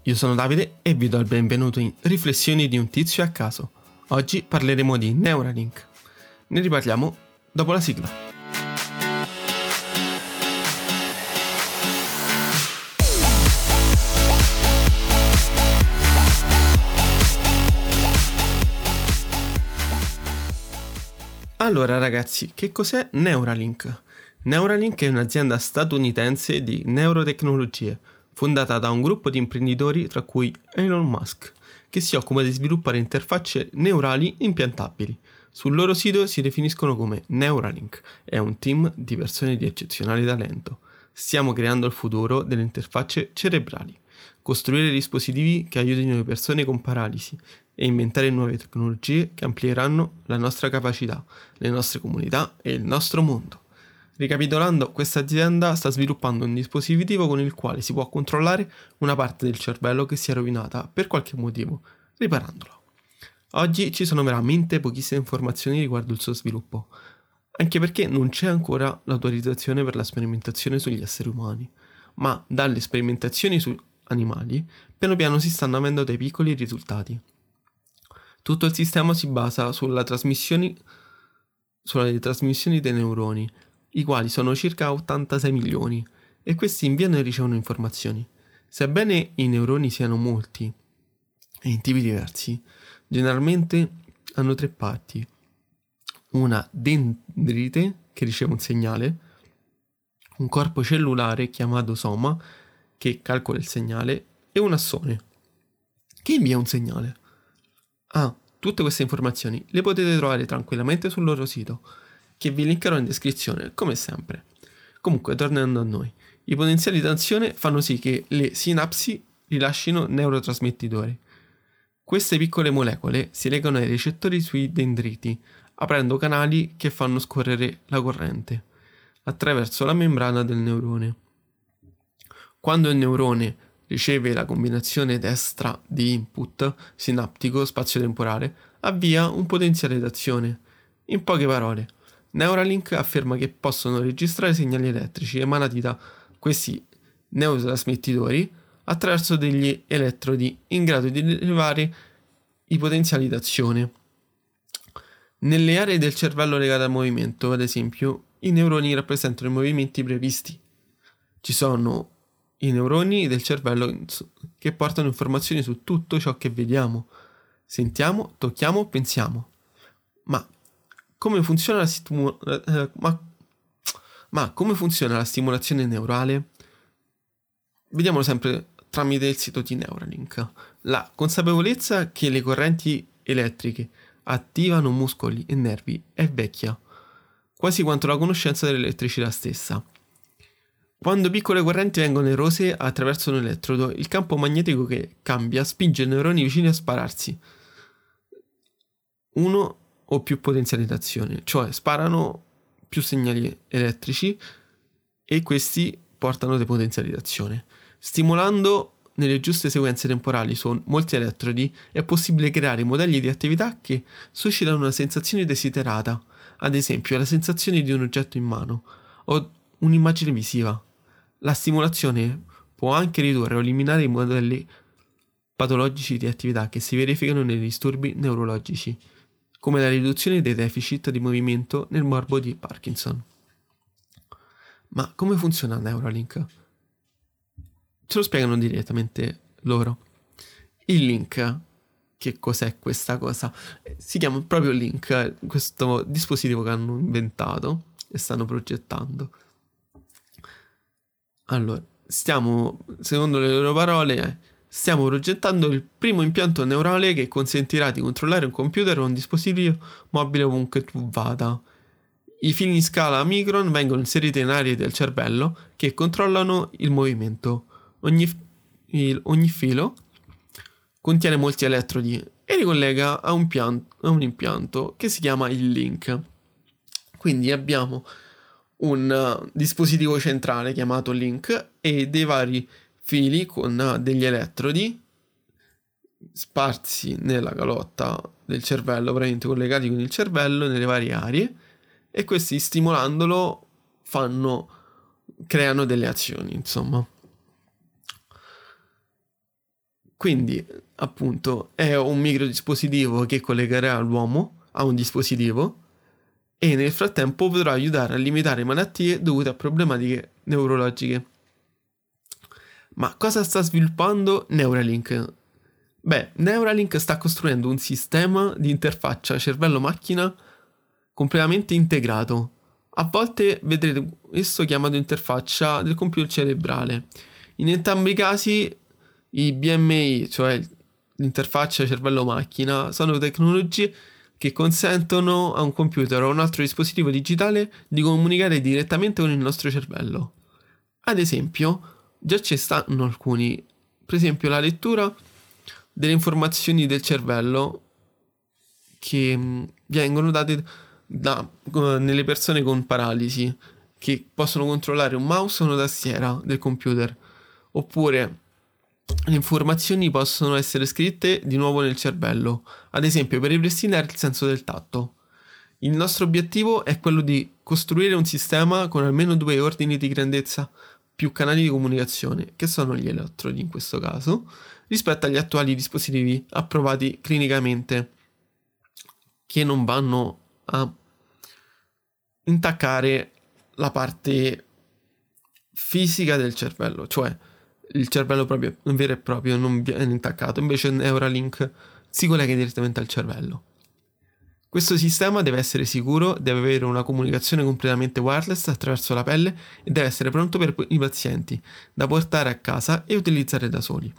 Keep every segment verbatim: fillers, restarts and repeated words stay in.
Io sono Davide e vi do il benvenuto in Riflessioni di un tizio a caso. Oggi parleremo di Neuralink. Ne riparliamo dopo la sigla. Allora ragazzi, che cos'è Neuralink? Neuralink è un'azienda statunitense di neurotecnologie, fondata da un gruppo di imprenditori tra cui Elon Musk, che si occupa di sviluppare interfacce neurali impiantabili. Sul loro sito si definiscono come Neuralink, è un team di persone di eccezionale talento. Stiamo creando il futuro delle interfacce cerebrali, costruire dispositivi che aiutino le persone con paralisi e inventare nuove tecnologie che amplieranno la nostra capacità, le nostre comunità e il nostro mondo. Ricapitolando, questa azienda sta sviluppando un dispositivo con il quale si può controllare una parte del cervello che si è rovinata per qualche motivo, riparandolo. Oggi ci sono veramente pochissime informazioni riguardo il suo sviluppo, anche perché non c'è ancora l'autorizzazione per la sperimentazione sugli esseri umani, ma dalle sperimentazioni su animali piano piano si stanno avendo dei piccoli risultati. Tutto il sistema si basa sulla trasmissione, sulle trasmissioni dei neuroni, i quali sono circa ottantasei milioni, e questi inviano e ricevono informazioni. Sebbene i neuroni siano molti e in tipi diversi, generalmente hanno tre parti: una dendrite che riceve un segnale, un corpo cellulare chiamato soma che calcola il segnale e un assone che invia un segnale. Ah, tutte queste informazioni le potete trovare tranquillamente sul loro sito, che vi linkerò in descrizione, come sempre. Comunque, tornando a noi, i potenziali d'azione fanno sì che le sinapsi rilascino neurotrasmettitori. Queste piccole molecole si legano ai recettori sui dendriti, aprendo canali che fanno scorrere la corrente attraverso la membrana del neurone. Quando il neurone riceve la combinazione destra di input sinaptico spazio-temporale, avvia un potenziale d'azione. In poche parole, Neuralink afferma che possono registrare segnali elettrici emanati da questi neurotrasmettitori attraverso degli elettrodi in grado di rilevare i potenziali d'azione. Nelle aree del cervello legate al movimento, ad esempio, i neuroni rappresentano i movimenti previsti. Ci sono i neuroni del cervello che portano informazioni su tutto ciò che vediamo, sentiamo, tocchiamo, pensiamo. Ma come funziona la stimu- eh, ma, ma come funziona la stimolazione neurale? Vediamolo sempre tramite il sito di Neuralink. La consapevolezza che le correnti elettriche attivano muscoli e nervi è vecchia, quasi quanto la conoscenza dell'elettricità stessa. Quando piccole correnti vengono erose attraverso un elettrodo, il campo magnetico che cambia spinge i neuroni vicini a spararsi uno o più potenziali d'azione, cioè sparano più segnali elettrici e questi portano dei potenziali d'azione. Stimolando nelle giuste sequenze temporali su molti elettrodi è possibile creare modelli di attività che suscitano una sensazione desiderata, ad esempio la sensazione di un oggetto in mano o un'immagine visiva. La stimolazione può anche ridurre o eliminare i modelli patologici di attività che si verificano nei disturbi neurologici, come la riduzione dei deficit di movimento nel morbo di Parkinson. Ma come funziona Neuralink? Ce lo spiegano direttamente loro. Il link, che cos'è questa cosa? Si chiama proprio link, questo dispositivo che hanno inventato e stanno progettando. Allora, stiamo, secondo le loro parole, stiamo progettando il primo impianto neurale che consentirà di controllare un computer o un dispositivo mobile ovunque tu vada. I fili in scala micron vengono inseriti in aree del cervello che controllano il movimento. Ogni, il, ogni filo contiene molti elettrodi e li collega a un, pian, a un impianto che si chiama il link. Quindi abbiamo un uh, dispositivo centrale chiamato link e dei vari fili con uh, degli elettrodi sparsi nella calotta del cervello, praticamente collegati con il cervello nelle varie aree, e questi stimolandolo fanno creano delle azioni, insomma. Quindi, appunto, è un microdispositivo che collegherà l'uomo a un dispositivo e nel frattempo potrà aiutare a limitare malattie dovute a problematiche neurologiche. Ma cosa sta sviluppando Neuralink? Beh, Neuralink sta costruendo un sistema di interfaccia cervello-macchina completamente integrato. A volte vedrete esso chiamato interfaccia del computer cerebrale. In entrambi i casi i B M I, cioè l'interfaccia cervello-macchina, sono tecnologie che consentono a un computer o a un altro dispositivo digitale di comunicare direttamente con il nostro cervello. Ad esempio, già ci stanno alcuni, per esempio la lettura delle informazioni del cervello che mh, vengono date da, uh, nelle persone con paralisi, che possono controllare un mouse o una tastiera del computer, oppure le informazioni possono essere scritte di nuovo nel cervello, ad esempio per ripristinare il senso del tatto. Il nostro obiettivo è quello di costruire un sistema con almeno due ordini di grandezza più canali di comunicazione, che sono gli elettrodi in questo caso, rispetto agli attuali dispositivi approvati clinicamente, che non vanno a intaccare la parte fisica del cervello, cioè il cervello proprio vero e proprio non viene intaccato, invece Neuralink si collega direttamente al cervello. Questo sistema deve essere sicuro, deve avere una comunicazione completamente wireless attraverso la pelle e deve essere pronto per i pazienti da portare a casa e utilizzare da soli.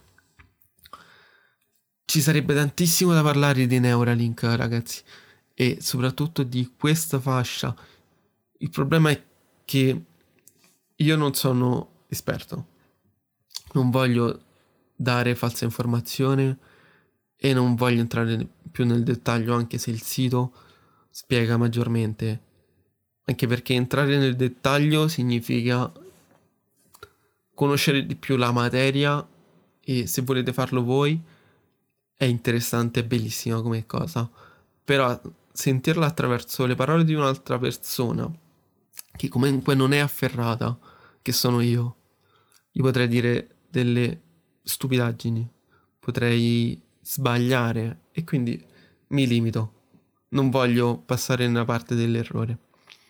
Ci sarebbe tantissimo da parlare di Neuralink, ragazzi, e soprattutto di questa fascia. Il problema è che io non sono esperto, non voglio dare falsa informazione e non voglio entrare più nel dettaglio, anche se il sito spiega maggiormente, anche perché entrare nel dettaglio significa conoscere di più la materia, e se volete farlo voi è interessante, è bellissima come cosa, però sentirla attraverso le parole di un'altra persona che comunque non è afferrata, che sono io, io potrei dire delle stupidaggini, potrei sbagliare e quindi mi limito, non voglio passare nella parte dell'errore.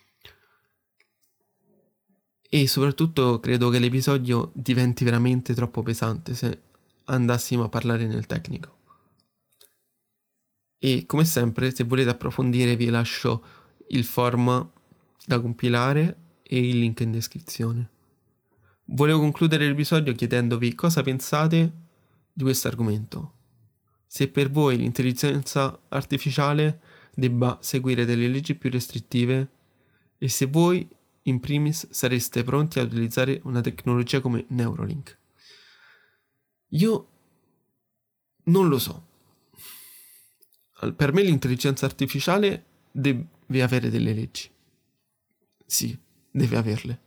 E soprattutto credo che l'episodio diventi veramente troppo pesante se andassimo a parlare nel tecnico. E come sempre, se volete approfondire, vi lascio il form da compilare e il link in descrizione. Volevo concludere l'episodio chiedendovi cosa pensate di questo argomento. Se per voi l'intelligenza artificiale debba seguire delle leggi più restrittive e se voi in primis sareste pronti a utilizzare una tecnologia come Neuralink. Io non lo so. Per me l'intelligenza artificiale deve avere delle leggi. Sì, deve averle.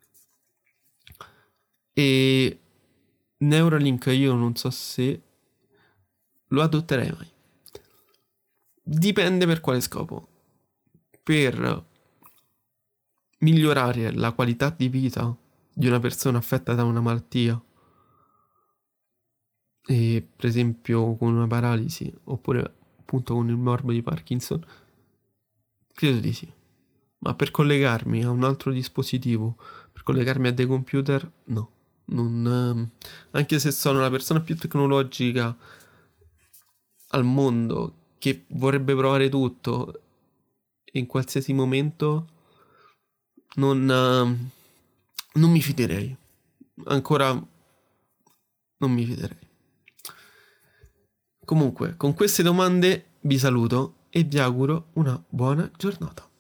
E Neuralink io non so se lo adotterei mai. Dipende per quale scopo. Per migliorare la qualità di vita di una persona affetta da una malattia, e per esempio con una paralisi, oppure appunto con il morbo di Parkinson, credo di sì. Ma per collegarmi a un altro dispositivo, per collegarmi a dei computer, no. Non, anche se sono la persona più tecnologica al mondo, che vorrebbe provare tutto in qualsiasi momento, non, non mi fiderei. Ancora non mi fiderei. Comunque, con queste domande vi saluto e vi auguro una buona giornata.